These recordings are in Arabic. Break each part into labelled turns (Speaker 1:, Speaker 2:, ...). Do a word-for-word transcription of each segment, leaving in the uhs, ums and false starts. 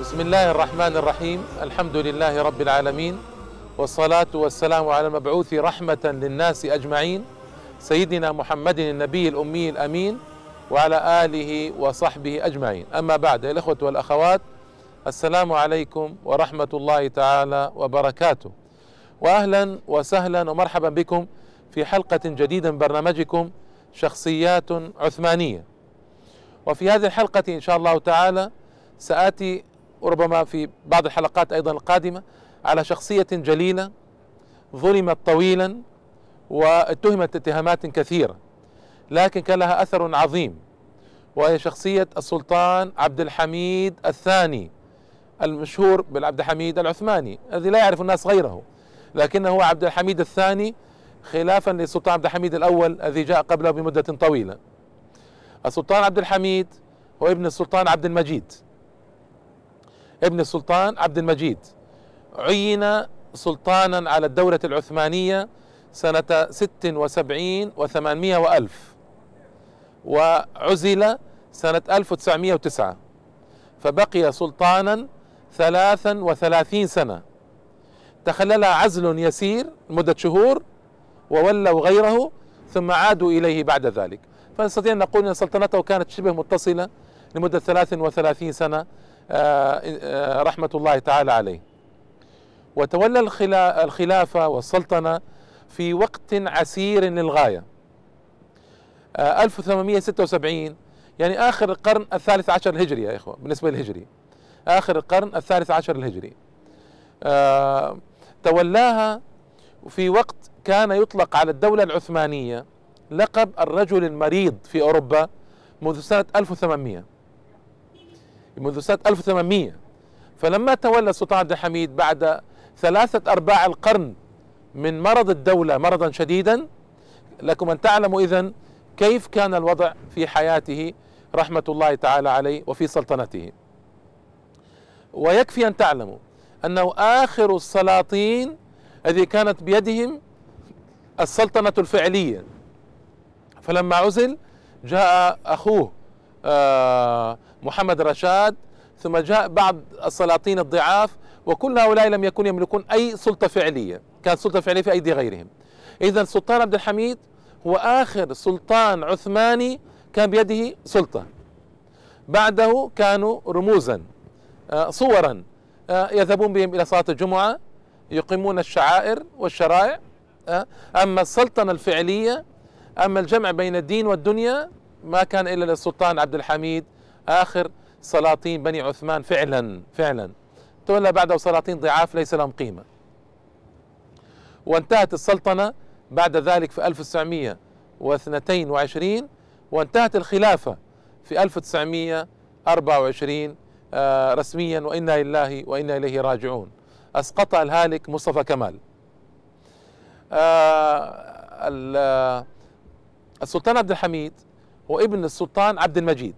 Speaker 1: بسم الله الرحمن الرحيم. الحمد لله رب العالمين، والصلاة والسلام على المبعوث رحمة للناس أجمعين سيدنا محمد النبي الأمي الأمين وعلى آله وصحبه أجمعين. أما بعد، الأخوة والأخوات، السلام عليكم ورحمة الله تعالى وبركاته، وأهلا وسهلا ومرحبا بكم في حلقة جديدة من برنامجكم شخصيات عثمانية. وفي هذه الحلقة إن شاء الله تعالى سآتي وربما في بعض الحلقات أيضا القادمة على شخصية جليلة ظلمت طويلا واتهمت اتهامات كثيرة، لكن كان لها أثر عظيم، وهي شخصية السلطان عبد الحميد الثاني المشهور بالعبد الحميد العثماني الذي لا يعرف الناس غيره، لكنه هو عبد الحميد الثاني خلافا للسلطان عبد الحميد الأول الذي جاء قبله بمدة طويلة. السلطان عبد الحميد هو ابن السلطان عبد المجيد، ابن السلطان عبد المجيد، عين سلطانا على الدولة العثمانية سنة ست وسبعين وثمانمائة وألف، وعزل سنة ألف وتسعمائة وتسعة، فبقي سلطانا ثلاثا وثلاثين سنة، تخللها عزل يسير مدة شهور وولوا غيره ثم عادوا إليه بعد ذلك، فنستطيع أن نقول أن سلطنته كانت شبه متصلة لمدة ثلاث وثلاثين سنة رحمة الله تعالى عليه. وتولى الخلافة والسلطنة في وقت عسير للغاية، ألف وثمانمائة وستة وسبعين، يعني آخر القرن الثالث عشر الهجري يا إخوة، بالنسبة للهجري آخر القرن الثالث عشر الهجري. تولاها في وقت كان يطلق على الدولة العثمانية لقب الرجل المريض في أوروبا منذ سنة ألف وثمانمائة، منذ سنة ألف وثمانمائة. فلما تولى السلطان عبد الحميد بعد ثلاثة أرباع القرن من مرض الدولة مرضا شديدا، لكم أن تعلموا إذن كيف كان الوضع في حياته رحمة الله تعالى عليه وفي سلطنته. ويكفي أن تعلموا أنه آخر السلاطين الذي كانت بيدهم السلطنة الفعلية، فلما عزل جاء أخوه محمد رشاد، ثم جاء بعض السلاطين الضعاف، وكل هؤلاء لم يكونوا يملكون أي سلطة فعلية، كانت سلطة فعلية في أيدي غيرهم. إذن السلطان عبد الحميد هو آخر سلطان عثماني كان بيده سلطة. بعده كانوا رموزا صورا يذهبون بهم إلى صلاة الجمعة، يقيمون الشعائر والشرائع. أما السلطنة الفعلية، أما الجمع بين الدين والدنيا، ما كان إلا للسلطان عبد الحميد آخر سلاطين بني عثمان فعلا فعلا. تولى بعده سلاطين ضعاف ليس لهم قيمة. وانتهت السلطنة بعد ذلك في ألف وتسعمائة واثنين وعشرين، وانتهت الخلافة في ألف وتسعمائة وأربعة وعشرين آه رسميا، وإنا لله وإنا إليه راجعون. أسقطها الهالك مصطفى كمال. آه السلطان عبد الحميد هو ابن السلطان عبد المجيد.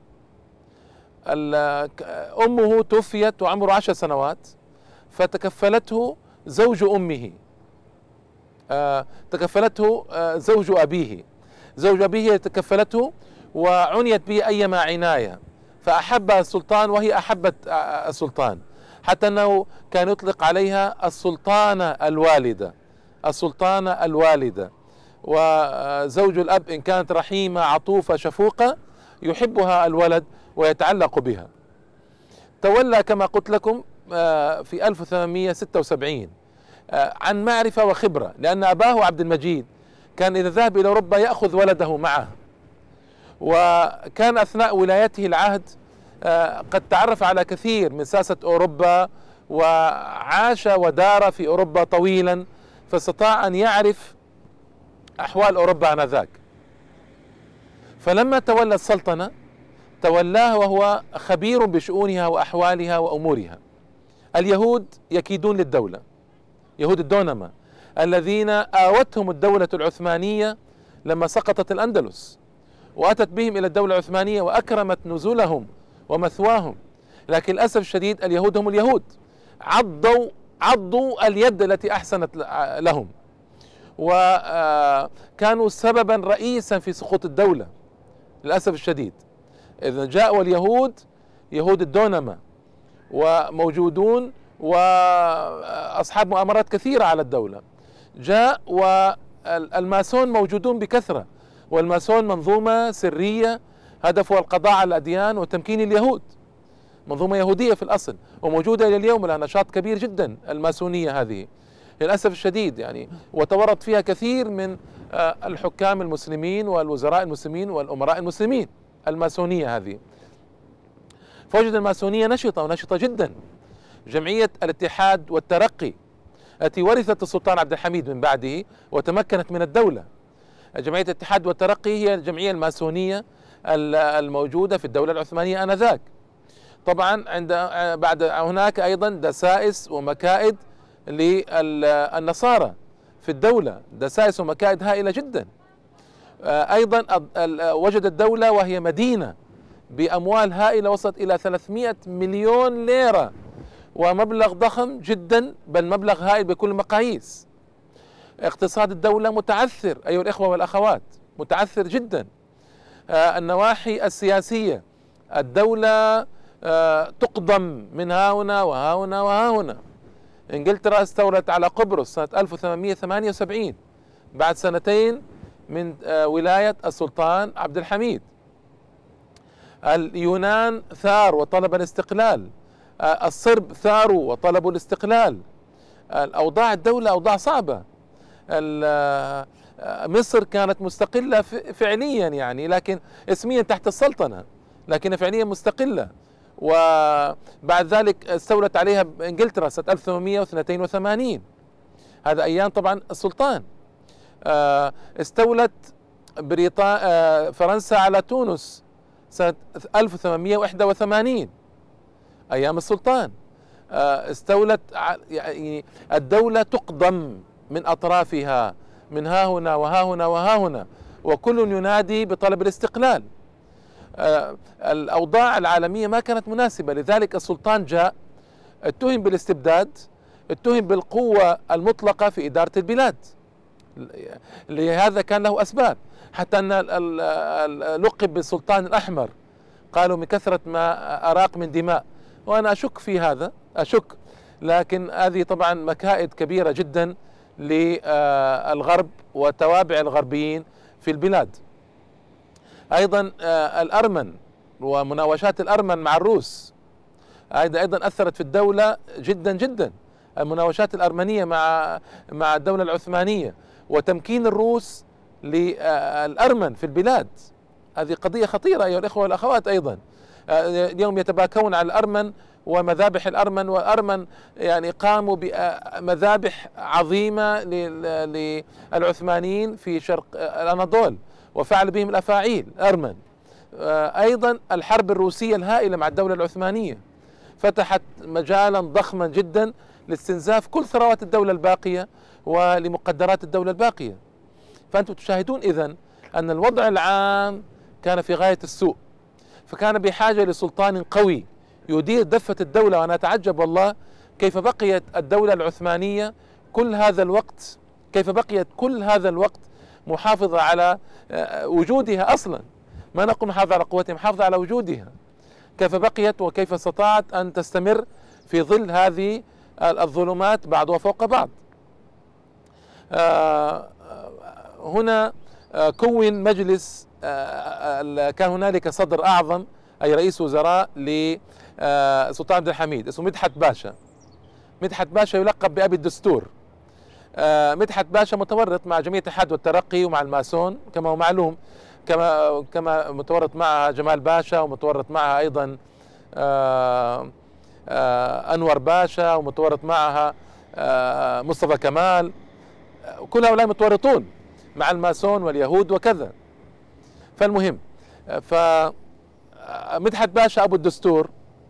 Speaker 1: أمه توفيت وعمره عشر سنوات، فتكفلته زوج أمه، آه تكفلته آه زوج أبيه، زوج أبيه تكفلته وعنيت به أيما عناية، فأحبها السلطان وهي أحبت السلطان، حتى أنه كان يطلق عليها السلطانة الوالدة، السلطانة الوالدة. وزوج الأب إن كانت رحيمة عطوفة شفوقة يحبها الولد ويتعلق بها. تولى كما قلت لكم في ألف وثمانمائة وستة وسبعين عن معرفة وخبرة، لأن أباه عبد المجيد كان إذا ذهب إلى أوروبا يأخذ ولده معه، وكان أثناء ولايته العهد قد تعرف على كثير من ساسة أوروبا، وعاش ودار في أوروبا طويلا، فاستطاع أن يعرف أحوال أوروبا آنذاك. فلما تولى السلطنة تولاها وهو خبير بشؤونها وأحوالها وأمورها. اليهود يكيدون للدولة، يهود الدونما الذين آوتهم الدولة العثمانية لما سقطت الأندلس، وأتت بهم إلى الدولة العثمانية وأكرمت نزلهم ومثواهم، لكن للأسف الشديد اليهود هم اليهود، عضوا عضوا اليد التي أحسنت لهم، وكانوا سببا رئيسا في سقوط الدولة للأسف الشديد. إذا جاءوا اليهود يهود الدونما وموجودون وأصحاب مؤامرات كثيرة على الدولة. جاء والماسون موجودون بكثرة، والماسون منظومة سرية هدفها القضاء على الأديان وتمكين اليهود، منظومة يهودية في الأصل وموجودة إلى اليوم، لها نشاط كبير جدا الماسونية هذه للأسف الشديد يعني، وتورط فيها كثير من الحكام المسلمين والوزراء المسلمين والأمراء المسلمين الماسونية هذه. فوجد الماسونية نشطة ونشطة جدا. جمعية الاتحاد والترقي التي ورثت السلطان عبد الحميد من بعده وتمكنت من الدولة. جمعية الاتحاد والترقي هي الجمعية الماسونية الموجودة في الدولة العثمانية آنذاك. طبعا عند بعد هناك أيضا دسائس ومكائد للنصارى في الدولة، دسائس ومكائد هائلة جدا. أيضا وجدت الدولة وهي مدينة بأموال هائلة وصلت إلى ثلاثمئة مليون ليرة، ومبلغ ضخم جدا، بل مبلغ هائل بكل المقاييس. اقتصاد الدولة متعثر أيها الإخوة والأخوات، متعثر جدا. النواحي السياسية الدولة تقضم من ها هنا وها هنا وها هنا. انجلترا استولت على قبرص سنة ألف وثمانمئة وثمانية وسبعين بعد سنتين من ولاية السلطان عبد الحميد. اليونان ثار وطلب الاستقلال، الصرب ثاروا وطلبوا الاستقلال. الأوضاع الدولة أوضاع صعبة. مصر كانت مستقلة فعليا يعني، لكن اسميا تحت السلطنة، لكن فعليا مستقلة. وبعد ذلك استولت عليها انجلترا سنة ألف وثمانمئة واثنين وثمانين، هذا ايام طبعا السلطان. استولت بريطانيا فرنسا على تونس سنة ألف وثمانمئة وواحد وثمانين ايام السلطان. استولت يعني الدولة تقضم من اطرافها من ها هنا وها هنا وها هنا، وكل ينادي بطلب الاستقلال. الأوضاع العالمية ما كانت مناسبة، لذلك السلطان جاء اتهم بالاستبداد، اتهم بالقوة المطلقة في إدارة البلاد. لهذا كان له أسباب، حتى أن لقب بالسلطان الأحمر، قالوا من كثرة ما أراق من دماء، وأنا أشك في هذا، أشك، لكن هذه طبعا مكائد كبيرة جدا للغرب وتوابع الغربيين في البلاد. أيضا الأرمن ومناوشات الأرمن مع الروس أيضا أثرت في الدولة جدا جدا. المناوشات الأرمنية مع مع الدولة العثمانية وتمكين الروس للأرمن في البلاد، هذه قضية خطيرة أيها الإخوة والأخوات. أيضا اليوم يتباكون على الأرمن ومذابح الأرمن، والأرمن يعني قاموا بمذابح عظيمة للعثمانيين في شرق الأناضول وفعل بهم الأفاعيل الأرمن. أيضا الحرب الروسية الهائلة مع الدولة العثمانية فتحت مجالا ضخما جدا لاستنزاف كل ثروات الدولة الباقية ولمقدرات الدولة الباقية. فأنتم تشاهدون إذن أن الوضع العام كان في غاية السوء، فكان بحاجة لسلطان قوي يدير دفة الدولة. وأنا أتعجب والله كيف بقيت الدولة العثمانية كل هذا الوقت، كيف بقيت كل هذا الوقت محافظة على وجودها أصلا، ما نقول محافظة على قوتها، محافظة على وجودها. كيف بقيت وكيف استطاعت أن تستمر في ظل هذه الظلمات بعضها فوق بعض. هنا كون مجلس، كان هنالك صدر أعظم أي رئيس وزراء لسلطان عبد الحميد اسمه مدحت باشا. مدحت باشا يلقب بأبي الدستور. مدحت باشا متورط مع جمعية الاتحاد والترقي ومع الماسون كما هو معلوم، كما كما متورط معها جمال باشا، ومتورط معها أيضا أنور باشا، ومتورط معها مصطفى كمال. كل هؤلاء متورطون مع الماسون واليهود وكذا. فالمهم، فمدحت باشا أبو الدستور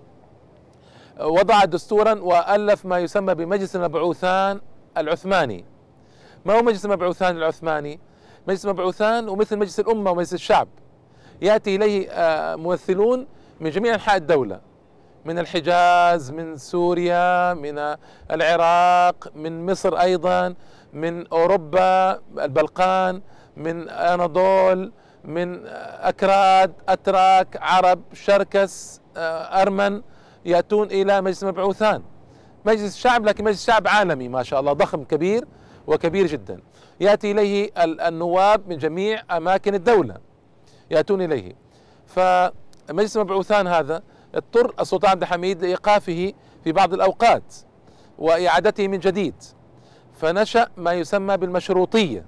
Speaker 1: وضع دستورا وألف ما يسمى بمجلس المبعوثان العثماني. ما هو مجلس المبعوثان العثماني؟ مجلس المبعوثان ومثل مجلس الأمة ومجلس الشعب، يأتي إليه ممثلون من جميع أنحاء الدولة، من الحجاز، من سوريا، من العراق، من مصر أيضا، من أوروبا البلقان، من أناضول، من أكراد، أتراك، عرب، شركس، أرمن، يأتون إلى مجلس المبعوثان، مجلس الشعب، لكن مجلس الشعب عالمي ما شاء الله، ضخم كبير وكبير جدا، يأتي إليه النواب من جميع أماكن الدولة يأتون إليه. فمجلس المبعوثان هذا اضطر السلطان عبد الحميد لإيقافه في بعض الأوقات وإعادته من جديد، فنشأ ما يسمى بالمشروطية.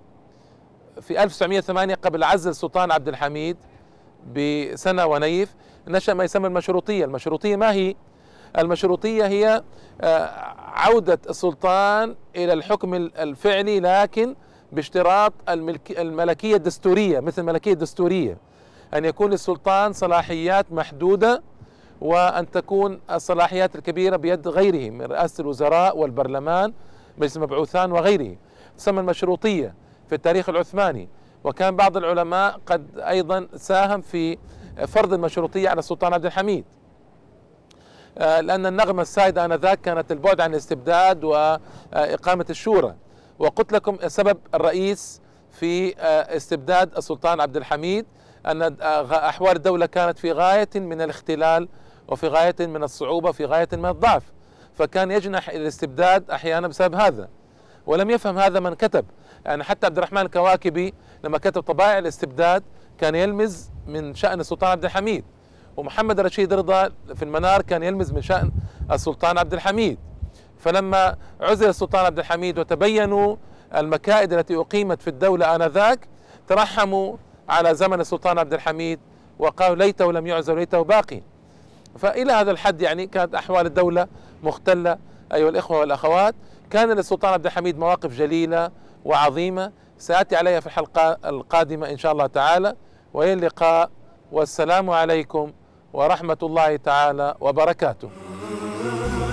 Speaker 1: في ألف وتسعمائة وثمانية قبل عزل السلطان عبد الحميد بسنة ونيف نشأ ما يسمى المشروطية. المشروطية ما هي؟ المشروطية هي عودة السلطان إلى الحكم الفعلي، لكن باشتراط الملكية الدستورية، مثل الملكية الدستورية أن يكون للسلطان صلاحيات محدودة، وأن تكون الصلاحيات الكبيرة بيد غيره من رئاسة الوزراء والبرلمان مجلس المبعوثان وغيره. تسمى المشروطية في التاريخ العثماني، وكان بعض العلماء قد أيضا ساهم في فرض المشروطية على السلطان عبد الحميد، لأن النغمة السائدة آنذاك كانت البعد عن الاستبداد وإقامة الشورى. وقلت لكم السبب الرئيس في استبداد السلطان عبد الحميد أن أحوال الدولة كانت في غاية من الاختلال وفي غاية من الصعوبة، في غاية من الضعف، فكان يجنح إلى الاستبداد أحيانا بسبب هذا. ولم يفهم هذا من كتب، يعني حتى عبد الرحمن الكواكبي لما كتب طبائع الاستبداد كان يلمز من شأن السلطان عبد الحميد، ومحمد رشيد رضا في المنار كان يلمز من شأن السلطان عبد الحميد. فلما عزل السلطان عبد الحميد وتبينوا المكائد التي أقيمت في الدولة آنذاك ترحموا على زمن السلطان عبد الحميد وقالوا ليته لم يعزل وليته باقي. فإلى هذا الحد يعني كانت أحوال الدولة مختلة أيها الإخوة والأخوات. كان للسلطان عبد الحميد مواقف جليلة وعظيمة سآتي عليها في الحلقة القادمة إن شاء الله تعالى، وإلى اللقاء، والسلام عليكم ورحمة الله تعالى وبركاته.